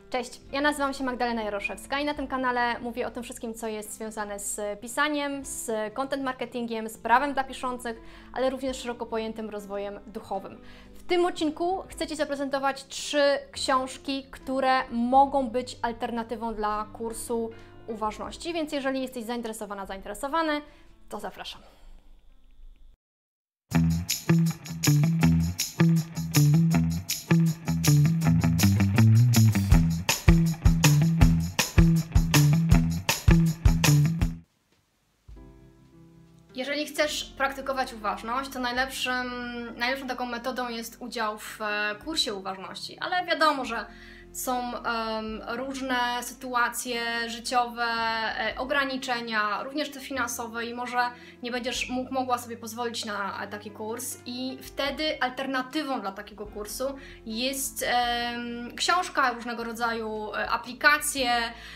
Cześć, ja nazywam się Magdalena Jaroszewska i na tym kanale mówię o tym wszystkim, co jest związane z pisaniem, z content marketingiem, z prawem dla piszących, ale również szeroko pojętym rozwojem duchowym. W tym odcinku chcę Ci zaprezentować 3 książki, które mogą być alternatywą dla kursu uważności, więc jeżeli jesteś zainteresowana, zainteresowany, to zapraszam. Jeżeli chcesz praktykować uważność, to najlepszą taką metodą jest udział w kursie uważności, ale wiadomo, że są różne sytuacje życiowe, ograniczenia, również te finansowe i może nie będziesz mogła sobie pozwolić na taki kurs i wtedy alternatywą dla takiego kursu jest książka, różnego rodzaju aplikacje,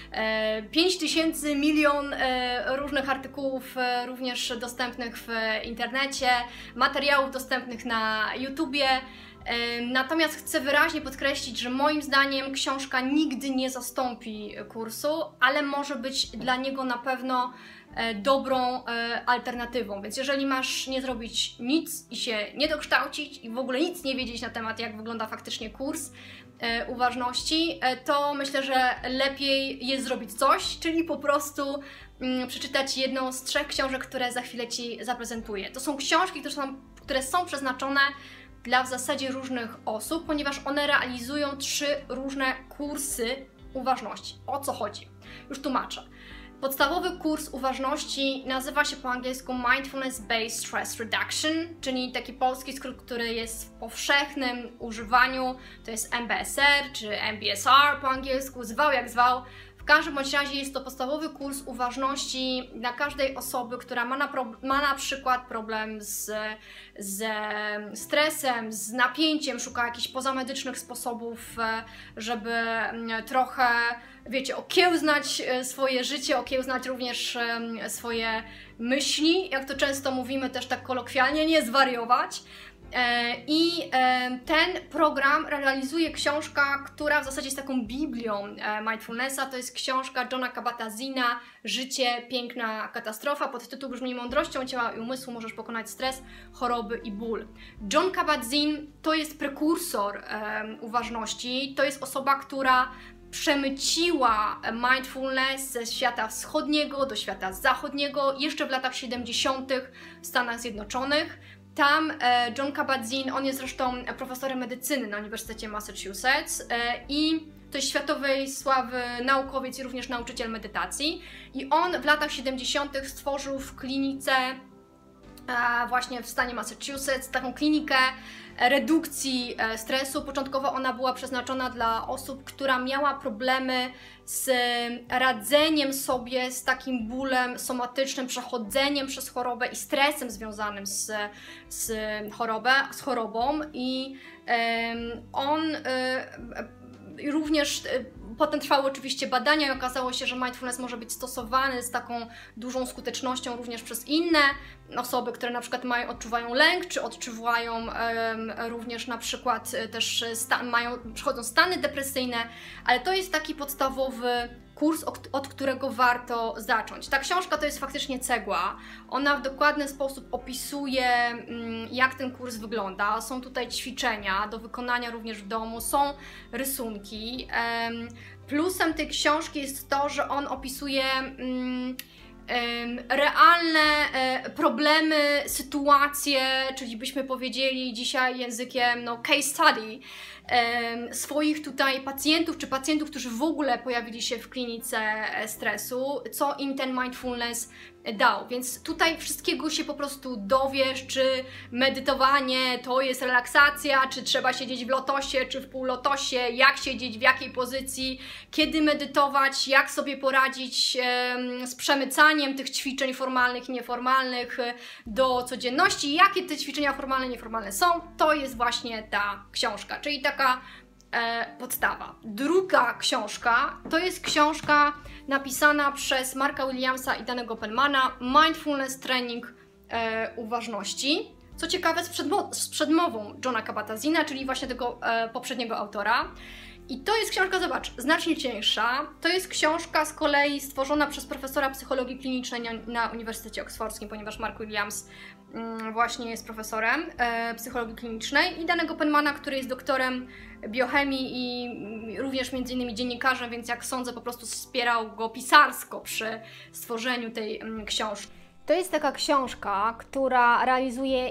5000 milion różnych artykułów również dostępnych w internecie, materiałów dostępnych na YouTubie. Natomiast chcę wyraźnie podkreślić, że moim zdaniem książka nigdy nie zastąpi kursu, ale może być dla niego na pewno dobrą alternatywą. Więc jeżeli masz nie zrobić nic i się nie dokształcić i w ogóle nic nie wiedzieć na temat, jak wygląda faktycznie kurs uważności, to myślę, że lepiej jest zrobić coś, czyli po prostu przeczytać jedną z 3 książek, które za chwilę Ci zaprezentuję. To są książki, które są przeznaczone dla w zasadzie różnych osób, ponieważ one realizują 3 różne kursy uważności. O co chodzi? Już tłumaczę. Podstawowy kurs uważności nazywa się po angielsku Mindfulness Based Stress Reduction, czyli taki polski skrót, który jest w powszechnym używaniu, to jest MBSR czy MBSR po angielsku, zwał jak zwał. W każdym bądź razie jest to podstawowy kurs uważności dla każdej osoby, która ma na przykład problem ze stresem, z napięciem, szuka jakichś pozamedycznych sposobów, żeby trochę, wiecie, okiełznać swoje życie, okiełznać również swoje myśli, jak to często mówimy też tak kolokwialnie, nie zwariować. I ten program realizuje książka, która w zasadzie jest taką biblią mindfulnessa. To jest książka Johna Kabat-Zina Życie, piękna katastrofa. Podtytuł brzmi Mądrością ciała i umysłu możesz pokonać stres, choroby i ból. John Kabat-Zinn to jest prekursor uważności. To jest osoba, która przemyciła mindfulness ze świata wschodniego do świata zachodniego jeszcze w latach 70. w Stanach Zjednoczonych. Tam John Kabat-Zinn, on jest zresztą profesorem medycyny na Uniwersytecie Massachusetts i to jest światowej sławy naukowiec i również nauczyciel medytacji. I on w latach 70. stworzył w klinice właśnie w stanie Massachusetts taką klinikę redukcji stresu. Początkowo ona była przeznaczona dla osób, która miała problemy z radzeniem sobie z takim bólem somatycznym, przechodzeniem przez chorobę i stresem związanym z chorobą i on również potem trwały oczywiście badania i okazało się, że mindfulness może być stosowany z taką dużą skutecznością również przez inne osoby, które na przykład odczuwają lęk, czy odczuwają również na przykład też przechodzą stany depresyjne, ale to jest taki podstawowy kurs, od którego warto zacząć. Ta książka to jest faktycznie cegła. Ona w dokładny sposób opisuje, jak ten kurs wygląda. Są tutaj ćwiczenia do wykonania również w domu, są rysunki. Plusem tej książki jest to, że on opisuje realne problemy, sytuacje, czyli byśmy powiedzieli dzisiaj językiem case study, swoich tutaj pacjentów, czy pacjentów, którzy w ogóle pojawili się w klinice stresu, co im ten mindfulness dał. Więc tutaj wszystkiego się po prostu dowiesz, czy medytowanie to jest relaksacja, czy trzeba siedzieć w lotosie, czy w półlotosie, jak siedzieć, w jakiej pozycji, kiedy medytować, jak sobie poradzić z przemycaniem tych ćwiczeń formalnych i nieformalnych do codzienności, jakie te ćwiczenia formalne i nieformalne są, to jest właśnie ta książka, czyli taka podstawa. Druga książka to jest książka napisana przez Marka Williamsa i Danego Penmana, Mindfulness Training uważności. Co ciekawe, z przedmową Johna Kabat-Zinna, czyli właśnie tego poprzedniego autora. I to jest książka, zobacz, znacznie cieńsza. To jest książka z kolei stworzona przez profesora psychologii klinicznej na Uniwersytecie Oksfordzkim, ponieważ Mark Williams właśnie jest profesorem psychologii klinicznej, i danego Penmana, który jest doktorem biochemii i również między innymi dziennikarzem, więc jak sądzę po prostu wspierał go pisarsko przy stworzeniu tej książki. To jest taka książka, która realizuje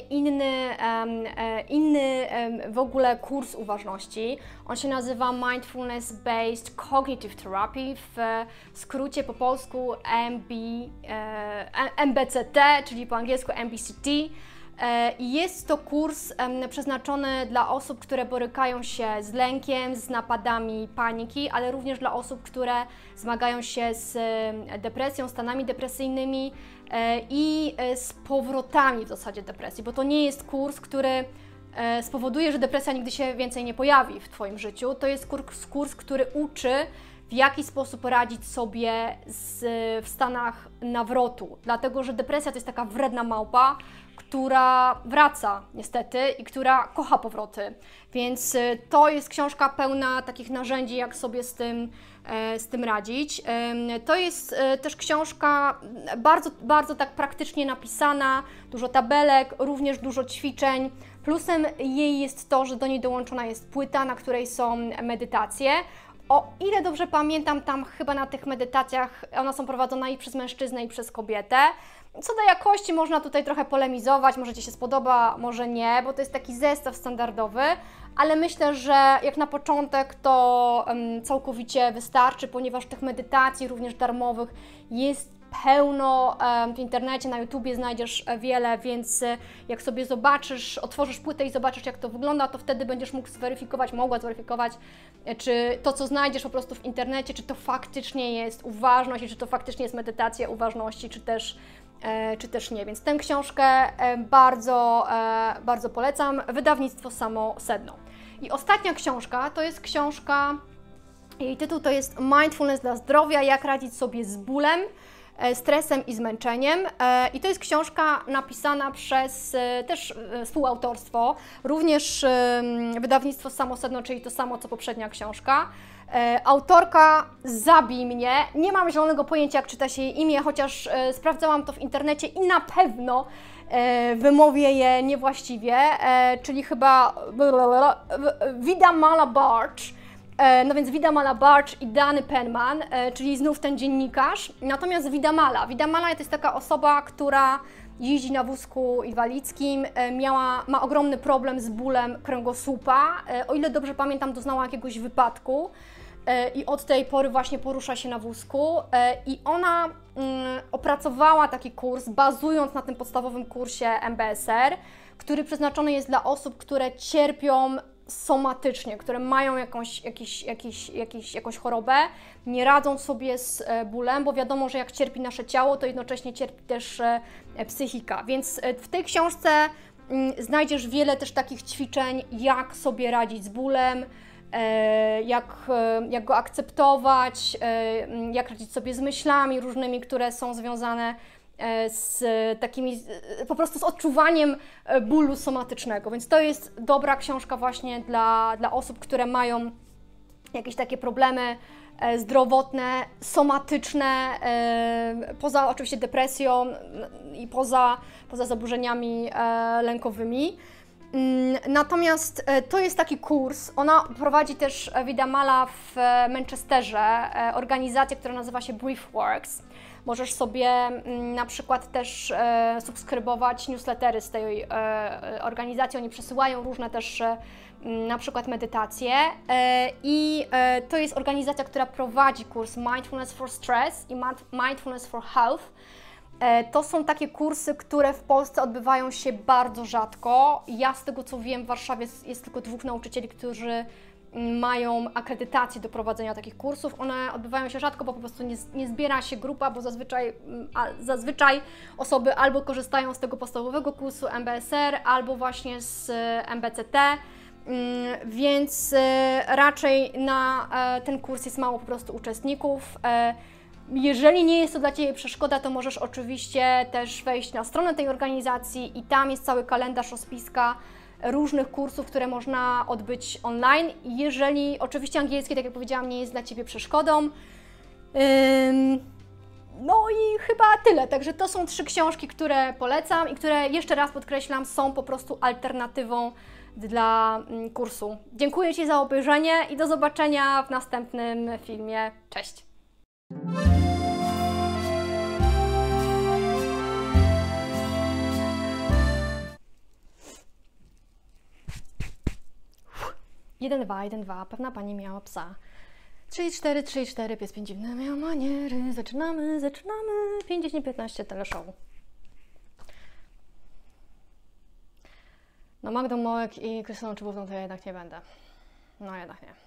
inny w ogóle kurs uważności. On się nazywa Mindfulness-Based Cognitive Therapy, w skrócie po polsku MBCT, czyli po angielsku MBCT. I jest to kurs przeznaczony dla osób, które borykają się z lękiem, z napadami paniki, ale również dla osób, które zmagają się z depresją, stanami depresyjnymi i z powrotami w zasadzie depresji, bo to nie jest kurs, który spowoduje, że depresja nigdy się więcej nie pojawi w Twoim życiu. To jest kurs, który uczy, w jaki sposób radzić sobie w stanach nawrotu, dlatego że depresja to jest taka wredna małpa, która wraca niestety i która kocha powroty, więc to jest książka pełna takich narzędzi, jak sobie z tym radzić. To jest też książka bardzo tak praktycznie napisana, dużo tabelek, również dużo ćwiczeń. Plusem jej jest to, że do niej dołączona jest płyta, na której są medytacje. O ile dobrze pamiętam, tam chyba na tych medytacjach one są prowadzone i przez mężczyznę, i przez kobietę. Co do jakości można tutaj trochę polemizować, może Ci się spodoba, może nie, bo to jest taki zestaw standardowy, ale myślę, że jak na początek to całkowicie wystarczy, ponieważ tych medytacji, również darmowych, jest pełno w internecie, na YouTubie znajdziesz wiele, więc jak sobie zobaczysz, otworzysz płytę i zobaczysz, jak to wygląda, to wtedy będziesz mógł mogła zweryfikować, czy to, co znajdziesz po prostu w internecie, czy to faktycznie jest uważność i czy to faktycznie jest medytacja uważności, czy też nie. Więc tę książkę bardzo polecam. Wydawnictwo Samo Sedno. I ostatnia książka to jest książka, jej tytuł to jest Mindfulness dla zdrowia, jak radzić sobie z bólem, stresem i zmęczeniem. I to jest książka napisana przez też współautorstwo, również wydawnictwo Samo Sedno, czyli to samo co poprzednia książka. Autorka zabij mnie, nie mam zielonego pojęcia, jak czyta się jej imię, chociaż sprawdzałam to w internecie i na pewno wymówię je niewłaściwie, czyli chyba Vida Mala Barch. No więc Vida Mala Barch i Danny Penman, czyli znów ten dziennikarz. Natomiast Vida Mala to jest taka osoba, która jeździ na wózku inwalidzkim, ma ogromny problem z bólem kręgosłupa. O ile dobrze pamiętam, doznała jakiegoś wypadku i od tej pory właśnie porusza się na wózku. I ona opracowała taki kurs, bazując na tym podstawowym kursie MBSR, który przeznaczony jest dla osób, które cierpią somatycznie, które mają jakąś chorobę, nie radzą sobie z bólem, bo wiadomo, że jak cierpi nasze ciało, to jednocześnie cierpi też psychika. Więc w tej książce znajdziesz wiele też takich ćwiczeń, jak sobie radzić z bólem, jak go akceptować, jak radzić sobie z myślami różnymi, które są związane z takimi, po prostu z odczuwaniem bólu somatycznego, więc to jest dobra książka właśnie dla osób, które mają jakieś takie problemy zdrowotne, somatyczne, poza oczywiście depresją i poza zaburzeniami lękowymi. Natomiast to jest taki kurs, ona prowadzi też Vida Mala w Manchesterze, organizację, która nazywa się Briefworks. Możesz sobie na przykład też subskrybować newslettery z tej organizacji, oni przesyłają różne też na przykład medytacje i to jest organizacja, która prowadzi kurs Mindfulness for Stress i Mindfulness for Health. To są takie kursy, które w Polsce odbywają się bardzo rzadko. Ja z tego co wiem, w Warszawie jest tylko 2 nauczycieli, którzy mają akredytację do prowadzenia takich kursów. One odbywają się rzadko, bo po prostu nie zbiera się grupa, bo zazwyczaj osoby albo korzystają z tego podstawowego kursu MBSR, albo właśnie z MBCT, więc raczej na ten kurs jest mało po prostu uczestników. Jeżeli nie jest to dla Ciebie przeszkoda, to możesz oczywiście też wejść na stronę tej organizacji i tam jest cały kalendarz, rozpiska różnych kursów, które można odbyć online, jeżeli oczywiście angielski, tak jak powiedziałam, nie jest dla Ciebie przeszkodą. No i chyba tyle. Także to są 3 książki, które polecam i które, jeszcze raz podkreślam, są po prostu alternatywą dla kursu. Dziękuję Ci za obejrzenie i do zobaczenia w następnym filmie. Cześć! Jeden, dwa. Pewna pani miała psa. 3, 4, pies 5 dziwne miał maniery. Zaczynamy. 5, 10, 15, teleshow. No Magdą Mołek i Krystyną Czubówną to ja jednak nie będę. No jednak nie.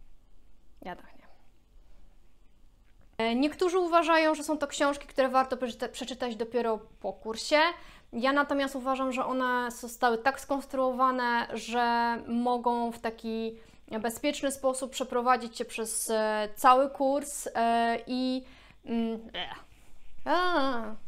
Niektórzy uważają, że są to książki, które warto przeczytać dopiero po kursie. Ja natomiast uważam, że one zostały tak skonstruowane, że mogą w taki bezpieczny sposób przeprowadzić Cię przez cały kurs i